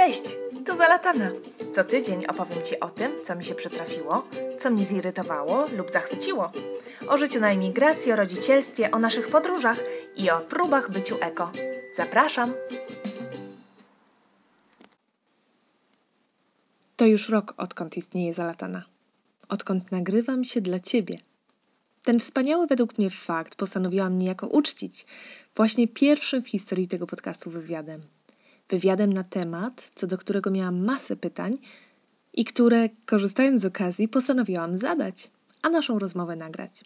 Cześć, tu Zalatana. Co tydzień opowiem Ci o tym, co mi się przytrafiło, co mnie zirytowało lub zachwyciło. O życiu na emigracji, o rodzicielstwie, o naszych podróżach i o próbach byciu eko. Zapraszam! To już rok, odkąd istnieje Zalatana. Odkąd nagrywam się dla Ciebie. Ten wspaniały według mnie fakt postanowiłam niejako uczcić właśnie pierwszym w historii tego podcastu wywiadem. Wywiadem na temat, co do którego miałam masę pytań i które, korzystając z okazji, postanowiłam zadać, a naszą rozmowę nagrać.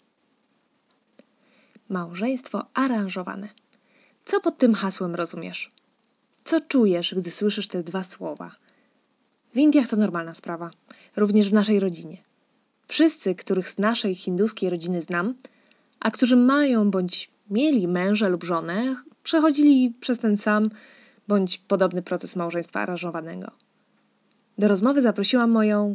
Małżeństwo aranżowane. Co pod tym hasłem rozumiesz? Co czujesz, gdy słyszysz te dwa słowa? W Indiach to normalna sprawa, również w naszej rodzinie. Wszyscy, których z naszej hinduskiej rodziny znam, a którzy mają bądź mieli męża lub żonę, przechodzili przez ten sam bądź podobny proces małżeństwa aranżowanego. Do rozmowy zaprosiłam moją,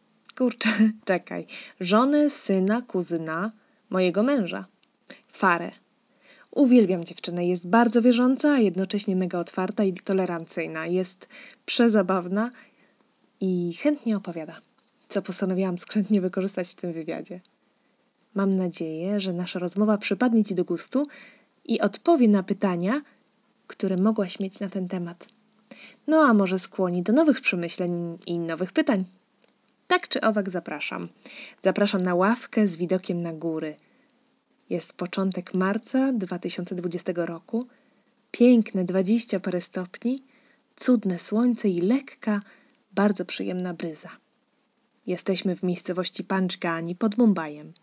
żonę, syna, kuzyna mojego męża, Farę. Uwielbiam dziewczynę, jest bardzo wierząca, a jednocześnie mega otwarta i tolerancyjna. Jest przezabawna i chętnie opowiada, co postanowiłam skrzętnie wykorzystać w tym wywiadzie. Mam nadzieję, że nasza rozmowa przypadnie Ci do gustu i odpowie na pytania, które mogłaś mieć na ten temat. No a może skłoni do nowych przemyśleń i nowych pytań. Tak czy owak zapraszam. Zapraszam na ławkę z widokiem na góry. Jest początek marca 2020 roku. Piękne 20 parę stopni, cudne słońce i lekka, bardzo przyjemna bryza. Jesteśmy w miejscowości Panchgani pod Mumbajem.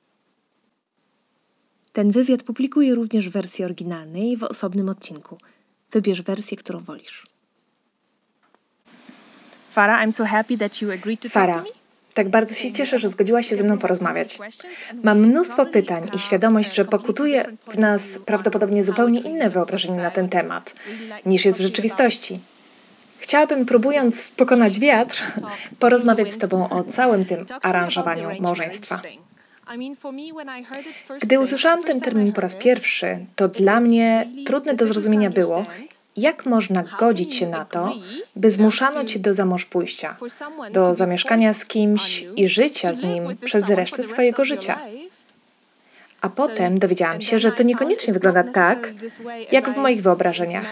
Ten wywiad publikuję również w wersji oryginalnej w osobnym odcinku. Wybierz wersję, którą wolisz. Farah, I'm so happy that you agreed to talk to me. Tak bardzo się cieszę, że zgodziłaś się ze mną porozmawiać. Mam mnóstwo pytań i świadomość, że pokutuje w nas prawdopodobnie zupełnie inne wyobrażenie na ten temat, niż jest w rzeczywistości. Chciałabym, próbując pokonać wiatr, porozmawiać z Tobą o całym tym aranżowaniu małżeństwa. Gdy usłyszałam ten termin po raz pierwszy, to dla mnie trudne do zrozumienia było, jak można godzić się na to, by zmuszano Cię do zamążpójścia, do zamieszkania z kimś i życia z nim przez resztę swojego życia. A potem dowiedziałam się, że to niekoniecznie wygląda tak, jak w moich wyobrażeniach.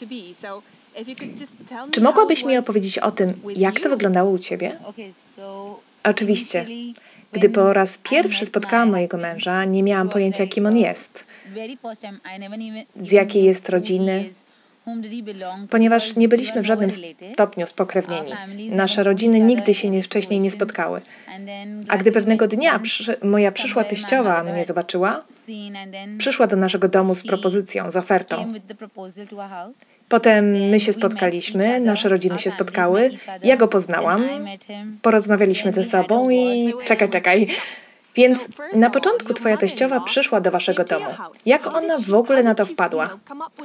Czy mogłabyś mi opowiedzieć o tym, jak to wyglądało u Ciebie? Oczywiście. Gdy po raz pierwszy spotkałam mojego męża, nie miałam pojęcia, kim on jest, z jakiej jest rodziny, ponieważ nie byliśmy w żadnym stopniu spokrewnieni. Nasze rodziny nigdy się wcześniej nie spotkały. A gdy pewnego dnia moja przyszła teściowa mnie zobaczyła, przyszła do naszego domu z propozycją, z ofertą. Potem my się spotkaliśmy, nasze rodziny się spotkały, ja go poznałam, porozmawialiśmy ze sobą i czekaj. Więc na początku Twoja teściowa przyszła do Waszego domu. Jak ona w ogóle na to wpadła?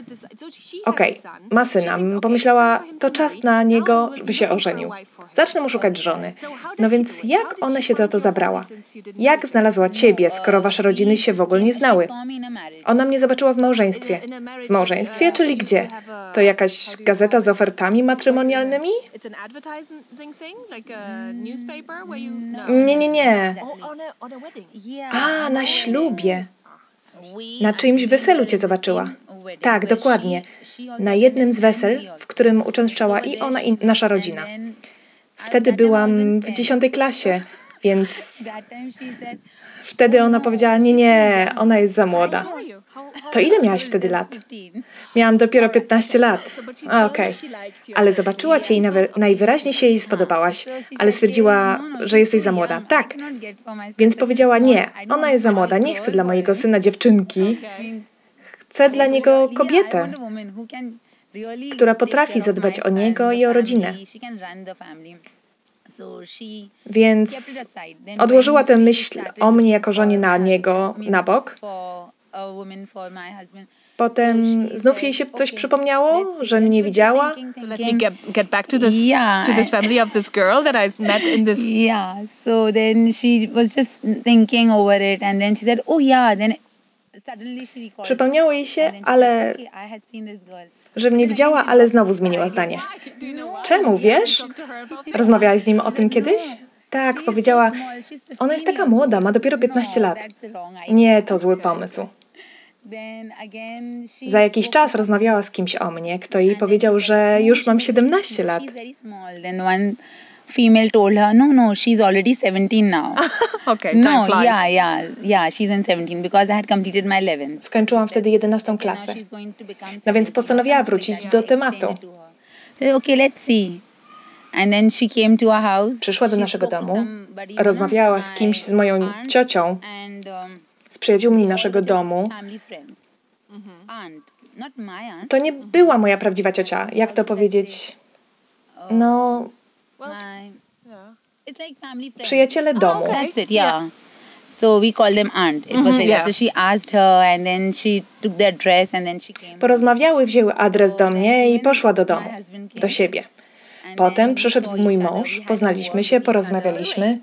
Ma syna. Pomyślała, to czas na niego, by się ożenił. Zacznę mu szukać żony. No więc jak ona się za to zabrała? Jak znalazła Ciebie, skoro Wasze rodziny się w ogóle nie znały? Ona mnie zobaczyła w małżeństwie. W małżeństwie, czyli gdzie? To jakaś gazeta z ofertami matrymonialnymi? Nie. Na ślubie. Na czyimś weselu Cię zobaczyła. Tak, dokładnie. Na jednym z wesel, w którym uczęszczała i ona, i nasza rodzina. Wtedy byłam w 10. klasie, więc wtedy ona powiedziała, nie, ona jest za młoda. To ile miałaś wtedy lat? Miałam dopiero 15 lat. Ale zobaczyła Cię i najwyraźniej się jej spodobałaś, ale stwierdziła, że jesteś za młoda. Tak. Więc powiedziała, nie, ona jest za młoda, nie chcę dla mojego syna dziewczynki. Chcę dla niego kobietę, która potrafi zadbać o niego i o rodzinę. Więc odłożyła tę myśl o mnie jako żonie na niego na bok. Potem znów jej się coś przypomniało, że mnie widziała. So let me get back to this family of this girl that I met in this. So then she was just thinking over it, and then she said, then suddenly she recalled. Przypomniało jej się, ale że mnie widziała, ale znowu zmieniła zdanie. Czemu, wiesz? Rozmawiałaś z nim o tym kiedyś? Tak, powiedziała, ona jest taka młoda, ma dopiero 15 lat. Nie, to zły pomysł. Za jakiś czas rozmawiała z kimś o mnie, kto jej powiedział, że już mam 17 lat. Female told her, no, she's already 17 now. Okay, time flies. Yeah, she's in 17 because I had completed my 11th. Skończyłam wtedy 11 klasę. No więc postanowiła wrócić do tematu. So, okay, let's see. And then she came to our house. Przyszła do naszego domu, rozmawiała z kimś, z moją ciocią, z przyjaciółmi naszego domu. To nie była moja prawdziwa ciocia. Jak to powiedzieć? No, przyjaciele domu. That's it, yeah. So we called them aunt. It was like that. So she asked her and then she took the address and then she came. Porozmawiały, wzięły adres do mnie i poszła do domu, do siebie. Potem przyszedł mój mąż, poznaliśmy się, porozmawialiśmy.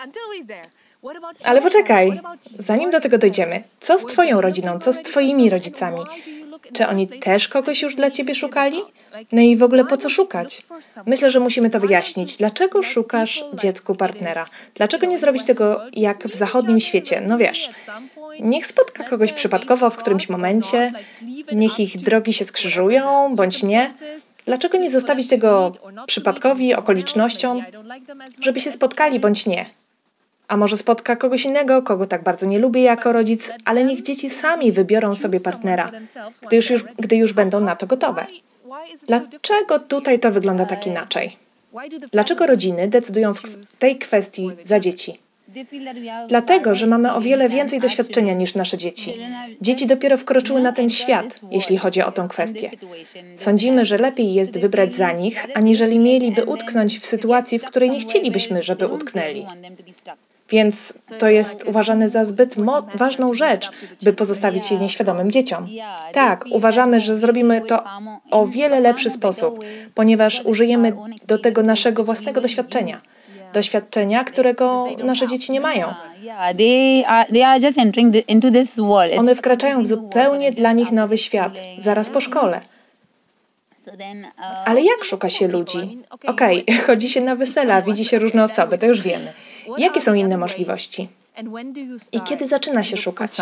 Ale poczekaj, zanim do tego dojdziemy, co z twoją rodziną, co z twoimi rodzicami? Czy oni też kogoś już dla ciebie szukali? No i w ogóle po co szukać? Myślę, że musimy to wyjaśnić. Dlaczego szukasz dziecku partnera? Dlaczego nie zrobić tego jak w zachodnim świecie? No wiesz, niech spotka kogoś przypadkowo w którymś momencie, niech ich drogi się skrzyżują, bądź nie. Dlaczego nie zostawić tego przypadkowi, okolicznościom, żeby się spotkali, bądź nie? A może spotka kogoś innego, kogo tak bardzo nie lubię jako rodzic, ale niech dzieci sami wybiorą sobie partnera, gdy już będą na to gotowe. Dlaczego tutaj to wygląda tak inaczej? Dlaczego rodziny decydują w tej kwestii za dzieci? Dlatego, że mamy o wiele więcej doświadczenia niż nasze dzieci. Dzieci dopiero wkroczyły na ten świat, jeśli chodzi o tę kwestię. Sądzimy, że lepiej jest wybrać za nich, aniżeli mieliby utknąć w sytuacji, w której nie chcielibyśmy, żeby utknęli. Więc to jest uważane za zbyt ważną rzecz, by pozostawić je nieświadomym dzieciom. Tak, uważamy, że zrobimy to o wiele lepszy sposób, ponieważ użyjemy do tego naszego własnego doświadczenia. Doświadczenia, którego nasze dzieci nie mają. One wkraczają w zupełnie dla nich nowy świat, zaraz po szkole. Ale jak szuka się ludzi? Okej, chodzi się na wesela, widzi się różne osoby, to już wiemy. Jakie są inne możliwości? I kiedy zaczyna się szukać?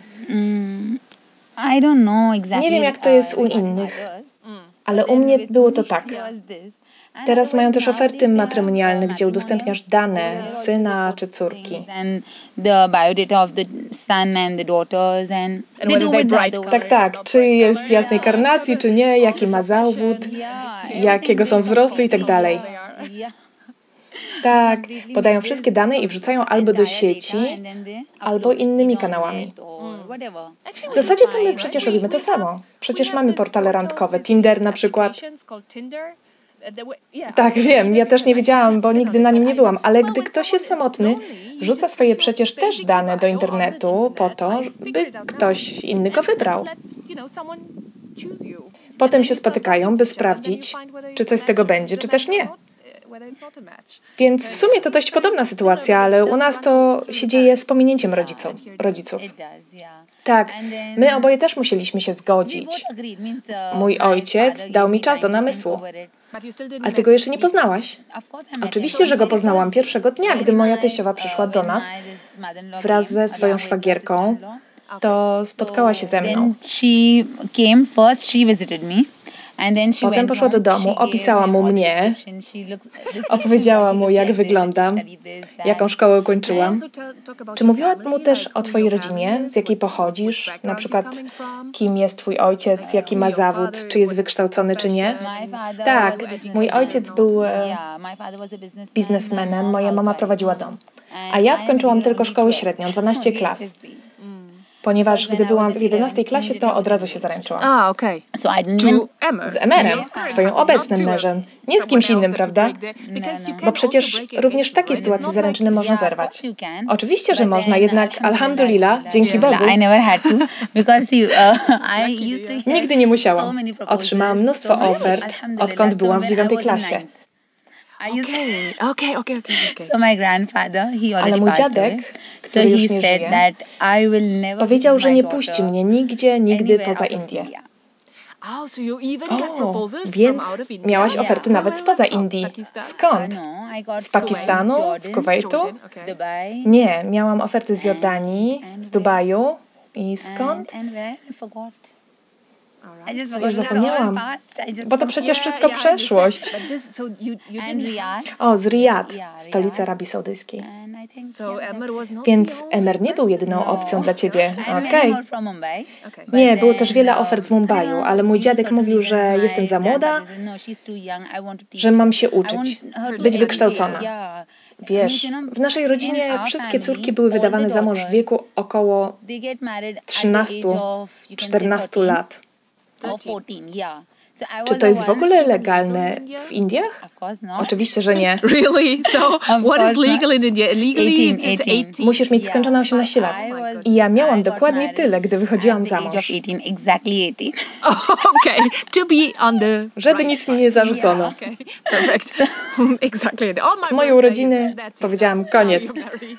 Nie wiem, jak to jest u innych, ale u mnie było to tak. Teraz mają też oferty matrymonialne, gdzie udostępniasz dane syna czy córki. Tak, czy jest jasnej karnacji, czy nie, jaki ma zawód, jakiego są wzrostu i tak dalej. Tak, podają wszystkie dane i wrzucają albo do sieci, albo innymi kanałami. W zasadzie to my przecież robimy to samo. Przecież mamy portale randkowe, Tinder na przykład. Tak, wiem, ja też nie wiedziałam, bo nigdy na nim nie byłam, ale gdy ktoś jest samotny, wrzuca swoje przecież też dane do internetu po to, by ktoś inny go wybrał. Potem się spotykają, by sprawdzić, czy coś z tego będzie, czy też nie. Więc w sumie to dość podobna sytuacja, ale u nas to się dzieje z pominięciem rodziców. Tak, my oboje też musieliśmy się zgodzić. Mój ojciec dał mi czas do namysłu. Ale ty go jeszcze nie poznałaś? Oczywiście, że go poznałam pierwszego dnia, gdy moja teściowa przyszła do nas wraz ze swoją szwagierką. To spotkała się ze mną. Potem poszła do domu, opisała mu mnie, opowiedziała mu, jak wyglądam, jaką szkołę ukończyłam. Czy mówiła mu też o twojej rodzinie, z jakiej pochodzisz, na przykład kim jest twój ojciec, jaki ma zawód, czy jest wykształcony, czy nie? Tak, mój ojciec był biznesmenem, moja mama prowadziła dom, a ja skończyłam tylko szkołę średnią, 12 klas. Ponieważ gdy byłam w 11 klasie, to od razu się zaręczyłam. Okej. Z Emerem, z twoim obecnym mężem. Nie z kimś innym, prawda? Bo przecież również w takiej sytuacji zaręczyny można zerwać. Oczywiście, że można, jednak alhamdulillah, dzięki Bogu. Nigdy nie musiałam. Otrzymałam mnóstwo ofert, odkąd byłam w 9 klasie. Okay. Ale mój dziadek, który już nie żyje, powiedział, że nie puści mnie nigdzie, nigdy poza Indię. Oh, so you even got proposals więc from out of India? miałaś oferty nawet spoza Indii. Pakistan? Skąd? No, I got Z Pakistanu? Jordan, Z Kuwaitu? Jordan, okay. Dubai. Nie, miałam oferty z Jordanii, and z Dubaju i skąd? And where I forgot. All right. I just Już forgot. It was all zapomniałam. past. I just Bo to przecież wszystko przeszłość. But this, so you And didn't Riyadh. O, z Riyadh, Yeah, stolica Riyadh. Arabii Saudyjskiej. And I think So yeah, Emmer that's was not Więc the only Emmer nie był person. jedyną No. opcją dla ciebie. I had Okej. many more from Mumbai. Okay. But Nie, było też then, wiele ofert z I don't Mumbaiu, know, ale mój due to dziadek certain mówił, że reasons, jestem my za młoda, grandfather said, no, she's too young, I want to teach że mam się her. I uczyć, want her to być educate. wykształcona. Yeah. Wiesz, Means, you know, w naszej rodzinie in our wszystkie family, córki były all the wydawane za mąż w wieku daughters, około they get married at the 13, age of, you can say 14 13 lat. or 14, yeah. So I Czy was to the jest w one- ogóle legalne w Indiach? Of course not. Oczywiście, że nie. Really? So what course is legal in India? Legally 18, it's 18. Musisz mieć skończone 18 lat. I was- I ja miałam I got dokładnie married tyle, gdy wychodziłam at the za age of mąż. 18, exactly 18. Okay, to be on the Żeby right nic mi side. nie zarzucono. Okay, perfect. Exactly. On my W moje birthday, urodziny that's it. powiedziałam Now koniec. you're married.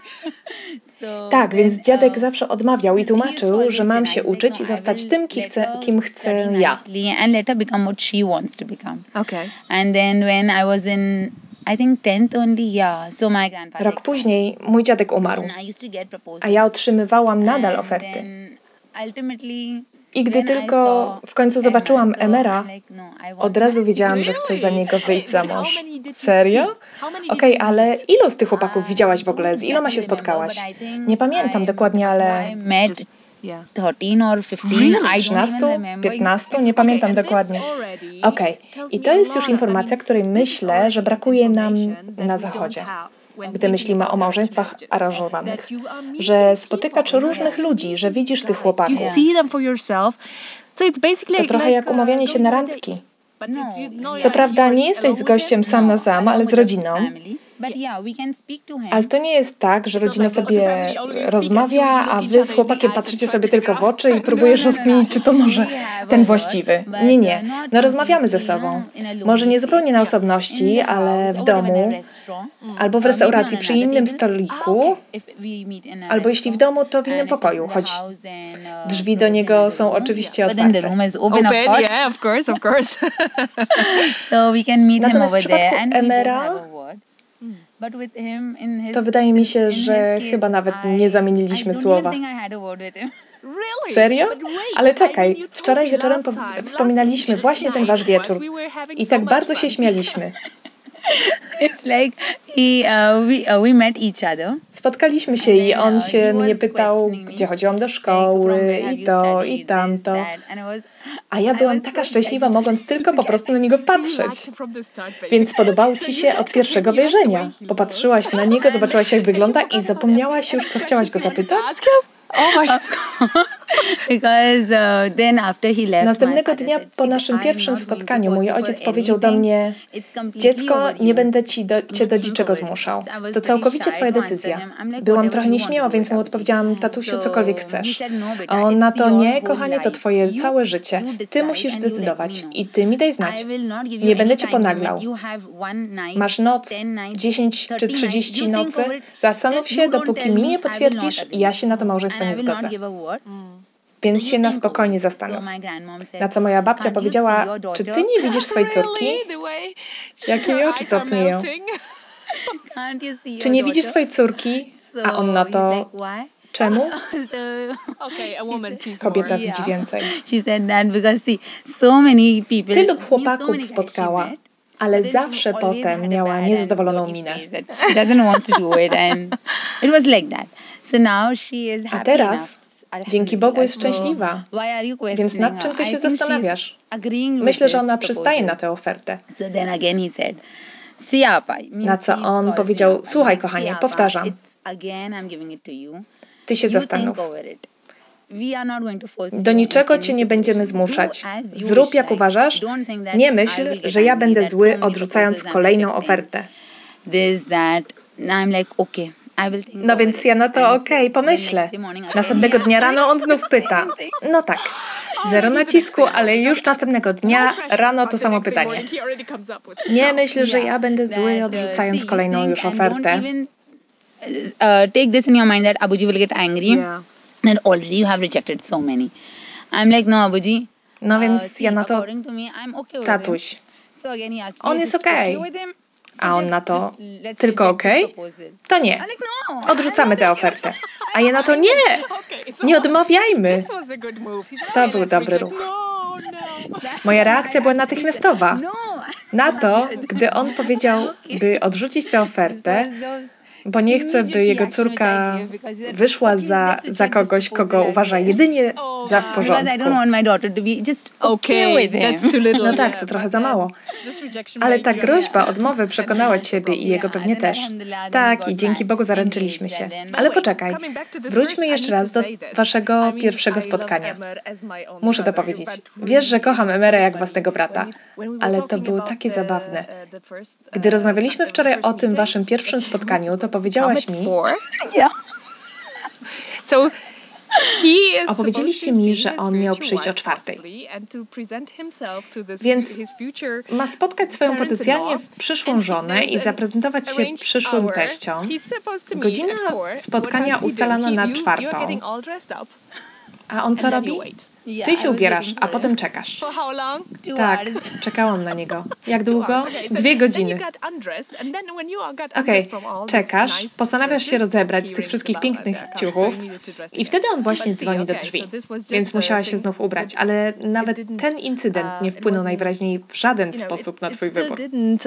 So Tak, then, więc dziadek zawsze odmawiał i tłumaczył, że mam się uczyć i no, zostać tym, kim chcę ja. And let her become what she wants to become. Okay. And then when I was in, I think 10th only, yeah. So my grandfather Rok później mój dziadek umarł, and I used to get proposals. a ja otrzymywałam nadal And oferty. then ultimately, I gdy when I tylko saw w końcu zobaczyłam Emmer, so Emmera, I'm like, no, I want od razu my- wiedziałam, że chcę za niego wyjść za But how mąż. many did you Serio? see? How many did Okej, you ale meet? ilu z tych chłopaków widziałaś w don't ogóle? Z iloma się exactly remember, spotkałaś? but I think Nie pamiętam dokładnie, ale I met Just- yeah. 13 or 15. Really? I don't 13, even remember. 15, nie pamiętam Okay, and dokładnie. this already Okej, tells i me to a jest już lot. informacja, której this is myślę, already że brakuje nam information that na we don't Zachodzie, have when gdy thinking myślimy about o małżeństwach arranged marriages. aranżowanych, That you are meeting że spotykasz people, różnych you're ludzi, że widzisz tych guys. chłopaków. You see them for yourself. So it's basically To trochę like, jak umawianie się going na on a randki. date. But No, it's, you know, Co if prawda you're nie jesteś alone z with gościem him, sam na sam, along ale z with the rodziną. family. But yeah, we can speak to him. Ale to nie jest tak, że It's not rodzina like the sobie family only speak rozmawia, at you, you a look each wy z other in chłopakiem the eyes patrzycie and sobie try to tylko w figure oczy i out. próbujesz No. rozkminić, czy to może We have ten a właściwy. word, but, Nie. not No rozmawiamy ze completely, sobą. in a lonely Może nie place. zupełnie na In osobności, the ale house w or whatever, in a domu restaurant. albo w Maybe restauracji on przy another innym table. stoliku, If we meet in a albo jeśli w restaurant, domu, to w innym and if pokoju, in the choć house, then, drzwi do probably niego another są room. oczywiście But then the otwarte. room is open, of Open, course. yeah, of course, of course. So we can meet him Natomiast w over there przypadku and we both Emmera, have a word. But with him, in his, to wydaje mi się, in że his case, chyba nawet I nie zamieniliśmy don't słowa. even think I had a word with him. Really? Serio? But wait, Ale I czekaj, mean, you told wczoraj me wieczorem last time, wspominaliśmy last właśnie ten night wasz was, wieczór we were having i so tak much bardzo się fun. śmialiśmy. It's like we met each other. Spotkaliśmy się And i then, on he się mnie was pytał, questioning me, gdzie chodziłam do Like, from szkoły where have i you to, studied, i this, tamto. that. And A ja I byłam was taka so szczęśliwa, excited mogąc tylko po prostu na niego You patrzeć. liked him from the start, basically. Więc podobał ci So you się liked od him, pierwszego you liked the way wejrzenia. he Popatrzyłaś na niego, zobaczyłaś jak wygląda i zapomniałaś już, co chciałaś go zapytać? Oh my. Because then after he left, Następnego my father dnia said, po "See, naszym I'm pierwszym not going to spotkaniu mój force you ojciec for powiedział do anything. mnie: It's completely dziecko, over nie you. będę cię do Think niczego of it." zmuszał. So I was To pretty całkowicie shy twoja to answer decyzja. him. I'm like, Byłam "Whatever trochę you want to nieśmiała, do więc it, mu Abuji." odpowiedziałam: tatusiu, So cokolwiek he chcesz. said, "No, beta, A on na it's to: your nie, whole kochanie, to life. twoje You całe życie. decide Ty musisz and you let me zdecydować know. i ty mi daj znać. I will not give you Nie any będę cię time limit. ponaglał. You have one night, Masz noc, 10 nights, 10 czy 30 30 nights. You nocy, think over it. zastanów Just się, you don't dopóki tell mi me, nie I will not potwierdzisz agree. i ja się na to małżeństwo And nie I will not zgodzę. give a word. Więc So się you na think over spokojnie it. zastanów. So my grandmom said, Na co moja babcia "Can't you see powiedziała: your czy daughter? ty nie widzisz swojej córki? Really? The way Jak jej her oczy eyes are topnieją. melting. Can't you see Czy your nie widzisz daughter?" swojej córki? A on na So he's to: like, "Why?" czemu? So Okay, a she woman said- sees Kobieta more. widzi Yeah. więcej. She said that because see, so many people, Tylu means so chłopaków many guys she spotkała, met, ale but then she zawsze always potem had a miała bad and niezadowoloną dirty minę. face that she doesn't want to do it, and it was like that. So now she is A happy teraz, enough. dzięki Bogu, jest Alhamdulillah. So szczęśliwa. why are you Więc questioning nad czym ty her? się I think she's zastanawiasz? agreeing with Myślę, że this ona przystaje proposal. na tę ofertę. So then again he said, "See, Appa," Na co on powiedział: słuchaj, kochanie, powtarzam. Again, I'm giving it to you. Ty się You zastanów. think over it. We are not going to force Do you niczego in cię any nie będziemy situation. zmuszać. Do as you Zrób wish, jak like, uważasz. don't think that Nie I myśl, will get że ja angry będę that zły, so many odrzucając proposals I'm kolejną rejecting. ofertę. This, that. I'm like, okay, I will think No over więc it. ja na to And okej, the pomyślę. next day morning again, Następnego he dnia asked me rano on znów pyta. same thing. No tak, zero nacisku, ale już następnego dnia rano to samo pytanie. Nie myśl, że ja będę zły, odrzucając kolejną już ofertę. Don't even take this in your mind that Abuji will get angry. Yeah. And already you have rejected so many. I'm like, no, Abuji, No więc ja na to, according to me, I'm okay with tatuś, him. So again, he asked on me, jest just okej. okay with him? A on na to, let's tylko reject this okej? proposal. To nie. I'm like, no, Odrzucamy I'm tę not ofertę. A ja na to, nie, nie odmawiajmy. This was a good move. He said, To okay, był let's dobry reject. ruch. No. Moja reakcja była natychmiastowa. No. Na to, gdy on powiedział, by odrzucić tę ofertę, bo nie chce, by jego córka wyszła za kogoś, kogo uważa jedynie za w porządku. Because I don't want my daughter to be just okay with him. That's too little. No tak, to trochę za mało. Ale ta groźba odmowy przekonała ciebie i jego pewnie też. Tak, i dzięki Bogu zaręczyliśmy się. Ale poczekaj, wróćmy jeszcze raz do waszego pierwszego spotkania. Muszę to powiedzieć. Wiesz, że kocham Emerę jak własnego brata, ale to było takie zabawne. Gdy rozmawialiśmy wczoraj o tym waszym pierwszym spotkaniu, to powiedziałaś mi... So opowiedzieliście mi, że on miał przyjść o 4:00. Więc ma spotkać swoją potencjalnie przyszłą żonę i zaprezentować się przyszłym teściom. Godzina spotkania ustalona na 4:00. A on co robi? Ty się ubierasz, a potem czekasz. Tak, czekałam na niego. Jak długo? 2 godziny. Okej, czekasz, postanawiasz się rozebrać z tych wszystkich pięknych ciuchów i wtedy on właśnie dzwoni do drzwi. Więc musiałaś się znów ubrać, ale nawet ten incydent nie wpłynął najwyraźniej w żaden sposób na twój wybór.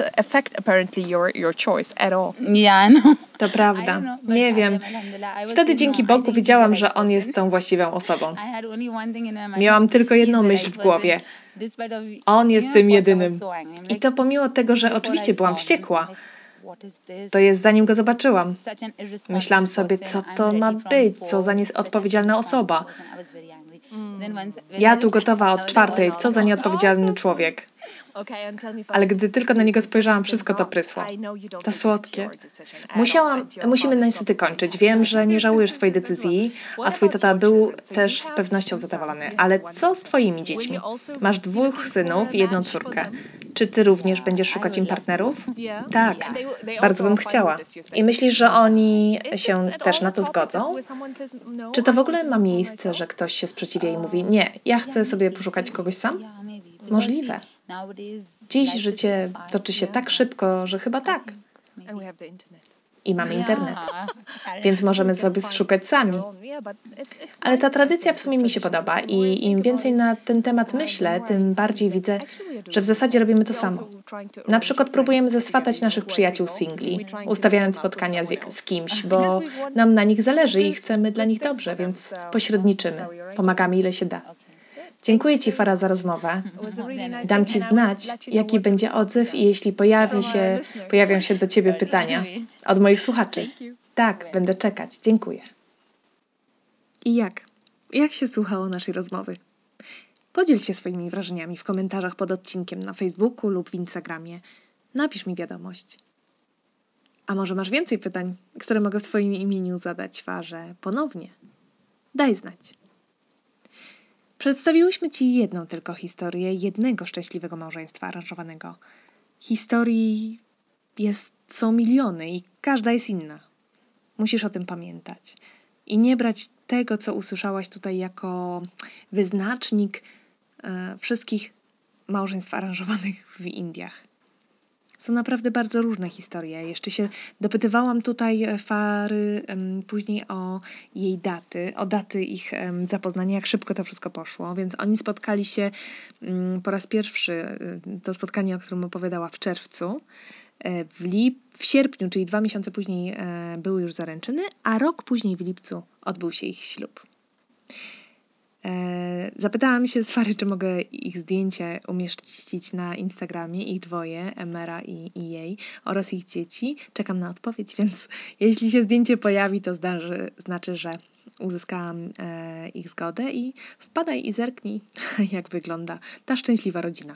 To prawda. Nie wiem. Wtedy dzięki Bogu wiedziałam, że on jest tą właściwą osobą. Miałam tylko jedną myśl w głowie. On jest tym jedynym. I to pomimo tego, że oczywiście byłam wściekła. To jest zanim go zobaczyłam. Myślałam sobie, co to ma być, co za nieodpowiedzialna osoba. Ja tu gotowa od 4:00, co za nieodpowiedzialny człowiek. Ale gdy tylko na niego spojrzałam, wszystko to prysło. To słodkie. Musimy niestety kończyć. Wiem, że nie żałujesz swojej decyzji, a twój tata był też z pewnością zadowolony. Ale co z twoimi dziećmi? Masz 2 synów i 1 córkę. Czy ty również będziesz szukać im partnerów? Tak, bardzo bym chciała. I myślisz, że oni się też na to zgodzą? Czy to w ogóle ma miejsce, że ktoś się sprzeciwia i mówi, nie, ja chcę sobie poszukać kogoś sam? Możliwe. Dziś życie toczy się tak szybko, że chyba tak. I mamy internet. Więc możemy sobie szukać sami. Ale ta tradycja w sumie mi się podoba i im więcej na ten temat myślę, tym bardziej widzę, że w zasadzie robimy to samo. Na przykład próbujemy zaswatać naszych przyjaciół singli, ustawiając spotkania z kimś, bo nam na nich zależy i chcemy dla nich dobrze, więc pośredniczymy. Pomagamy ile się da. Dziękuję Ci, Farah, za rozmowę. Dam Ci znać, jaki będzie odzew i jeśli pojawią się do Ciebie pytania od moich słuchaczy. Tak, będę czekać. Dziękuję. I jak? Jak się słuchało naszej rozmowy? Podziel się swoimi wrażeniami w komentarzach pod odcinkiem na Facebooku lub w Instagramie. Napisz mi wiadomość. A może masz więcej pytań, które mogę w Twoim imieniu zadać Farze ponownie? Daj znać. Przedstawiłyśmy Ci jedną tylko historię jednego szczęśliwego małżeństwa aranżowanego. Historii są miliony i każda jest inna. Musisz o tym pamiętać. I nie brać tego, co usłyszałaś tutaj jako wyznacznik wszystkich małżeństw aranżowanych w Indiach. Są naprawdę bardzo różne historie. Jeszcze się dopytywałam tutaj Fary później o jej daty ich zapoznania, jak szybko to wszystko poszło. Więc oni spotkali się po raz pierwszy, to spotkanie, o którym opowiadała, w czerwcu. W sierpniu, czyli 2 miesiące później były już zaręczyny, a rok później w lipcu odbył się ich ślub. Zapytałam się z Fary, czy mogę ich zdjęcie umieścić na Instagramie, ich dwoje, Emera i jej, oraz ich dzieci. Czekam na odpowiedź, więc jeśli się zdjęcie pojawi, to znaczy, że uzyskałam ich zgodę i wpadaj i zerknij, jak wygląda ta szczęśliwa rodzina.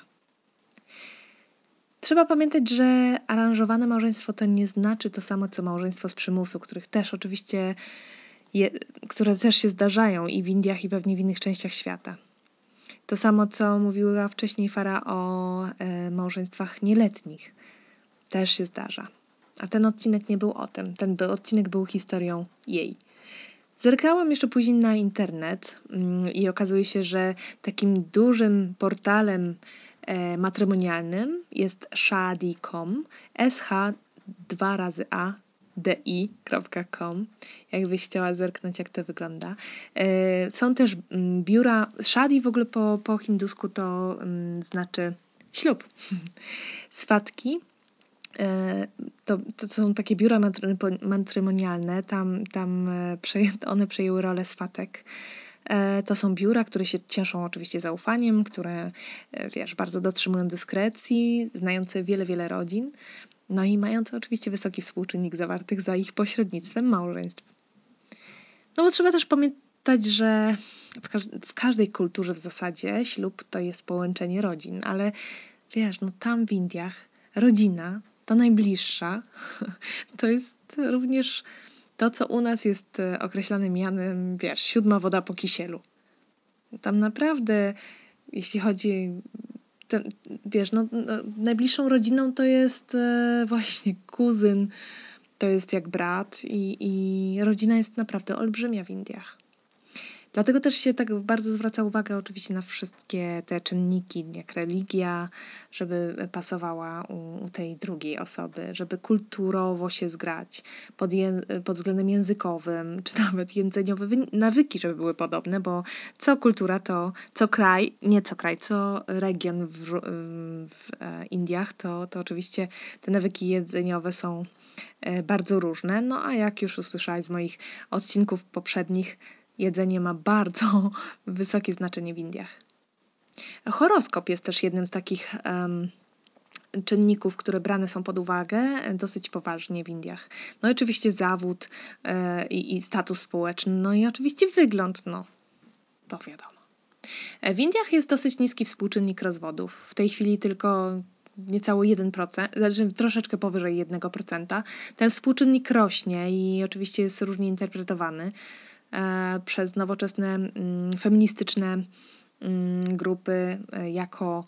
Trzeba pamiętać, że aranżowane małżeństwo to nie znaczy to samo, co małżeństwo z przymusu, które też się zdarzają i w Indiach, i pewnie w innych częściach świata. To samo, co mówiła wcześniej Farah o małżeństwach nieletnich. Też się zdarza. A ten odcinek nie był o tym. Ten odcinek był historią jej. Zerkałam jeszcze później na internet i okazuje się, że takim dużym portalem matrymonialnym jest Shaadi.com, sh2razy.a.di.com, jakbyś chciała zerknąć, jak to wygląda. Są też biura, Shaadi w ogóle po hindusku to znaczy ślub. Swatki. To są takie biura matrymonialne, tam one przejęły rolę swatek. To są biura, które się cieszą oczywiście zaufaniem, które, bardzo dotrzymują dyskrecji, znające wiele rodzin, no i mające oczywiście wysoki współczynnik zawartych za ich pośrednictwem małżeństw. No bo trzeba też pamiętać, że w każdej kulturze w zasadzie ślub to jest połączenie rodzin, ale tam w Indiach rodzina, ta najbliższa, to jest również to, co u nas jest określane mianem, 7. woda po kisielu. Tam naprawdę, jeśli chodzi, najbliższą rodziną to jest właśnie kuzyn, to jest jak brat i rodzina jest naprawdę olbrzymia w Indiach. Dlatego też się tak bardzo zwraca uwagę oczywiście na wszystkie te czynniki, jak religia, żeby pasowała u tej drugiej osoby, żeby kulturowo się zgrać pod względem językowym, czy nawet jedzeniowe nawyki, żeby były podobne, bo co kultura to, co region w Indiach, to oczywiście te nawyki jedzeniowe są bardzo różne. No a jak już usłyszałaś z moich odcinków poprzednich, jedzenie ma bardzo wysokie znaczenie w Indiach. Horoskop jest też jednym z takich czynników, które brane są pod uwagę dosyć poważnie w Indiach. No i oczywiście zawód i status społeczny, no i oczywiście wygląd, to wiadomo. W Indiach jest dosyć niski współczynnik rozwodów. W tej chwili tylko niecały 1%, znaczy troszeczkę powyżej 1%. Ten współczynnik rośnie i oczywiście jest różnie interpretowany przez nowoczesne feministyczne grupy jako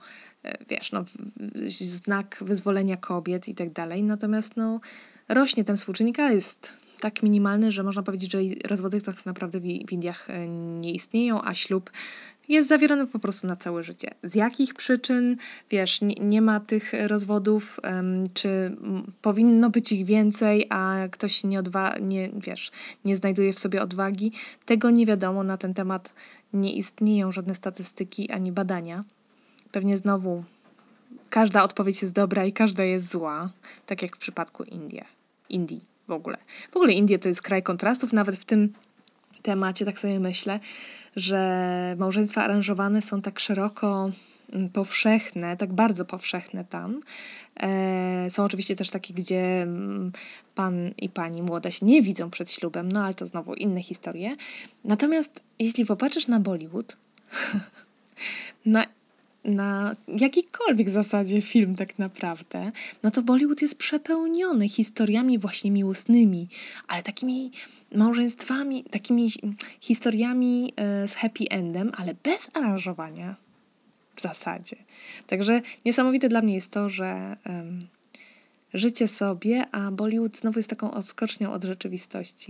znak wyzwolenia kobiet i tak dalej. Natomiast rośnie ten współczynnik, ale jest tak minimalny, że można powiedzieć, że rozwody tak naprawdę w Indiach nie istnieją, a ślub jest zawierany po prostu na całe życie. Z jakich przyczyn, nie ma tych rozwodów, czy powinno być ich więcej, a ktoś nie znajduje w sobie odwagi, tego nie wiadomo. Na ten temat nie istnieją żadne statystyki ani badania. Pewnie znowu każda odpowiedź jest dobra i każda jest zła, tak jak w przypadku Indii w ogóle. W ogóle Indie to jest kraj kontrastów, nawet w tym temacie tak sobie myślę, że małżeństwa aranżowane są tak szeroko powszechne, tak bardzo powszechne tam. Są oczywiście też takie, gdzie pan i pani młoda się nie widzą przed ślubem, ale to znowu inne historie. Natomiast jeśli popatrzysz na Bollywood, na jakikolwiek zasadzie film tak naprawdę, to Bollywood jest przepełniony historiami właśnie miłosnymi, ale takimi małżeństwami, takimi historiami z happy endem, ale bez aranżowania w zasadzie. Także niesamowite dla mnie jest to, że życie sobie, a Bollywood znowu jest taką odskocznią od rzeczywistości.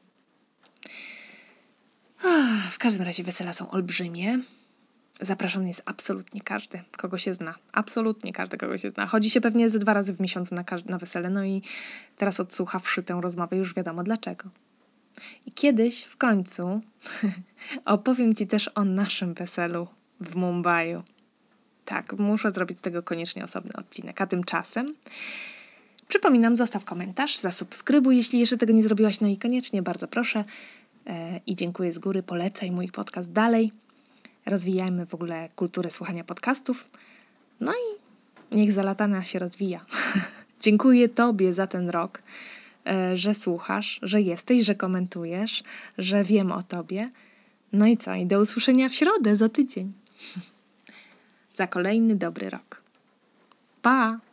W każdym razie wesela są olbrzymie. Zapraszany jest absolutnie każdy, kogo się zna. Absolutnie każdy, kogo się zna. Chodzi się pewnie ze 2 razy w miesiącu na wesele. I teraz odsłuchawszy tę rozmowę już wiadomo dlaczego. I kiedyś w końcu opowiem Ci też o naszym weselu w Mumbai. Tak, muszę zrobić z tego koniecznie osobny odcinek. A tymczasem przypominam, zostaw komentarz, zasubskrybuj, jeśli jeszcze tego nie zrobiłaś. I koniecznie bardzo proszę i dziękuję z góry. Polecaj mój podcast dalej. Rozwijajmy w ogóle kulturę słuchania podcastów. I niech Zalatana się rozwija. Dziękuję Tobie za ten rok, że słuchasz, że jesteś, że komentujesz, że wiem o Tobie. I co? I do usłyszenia w środę za tydzień. Za kolejny dobry rok. Pa!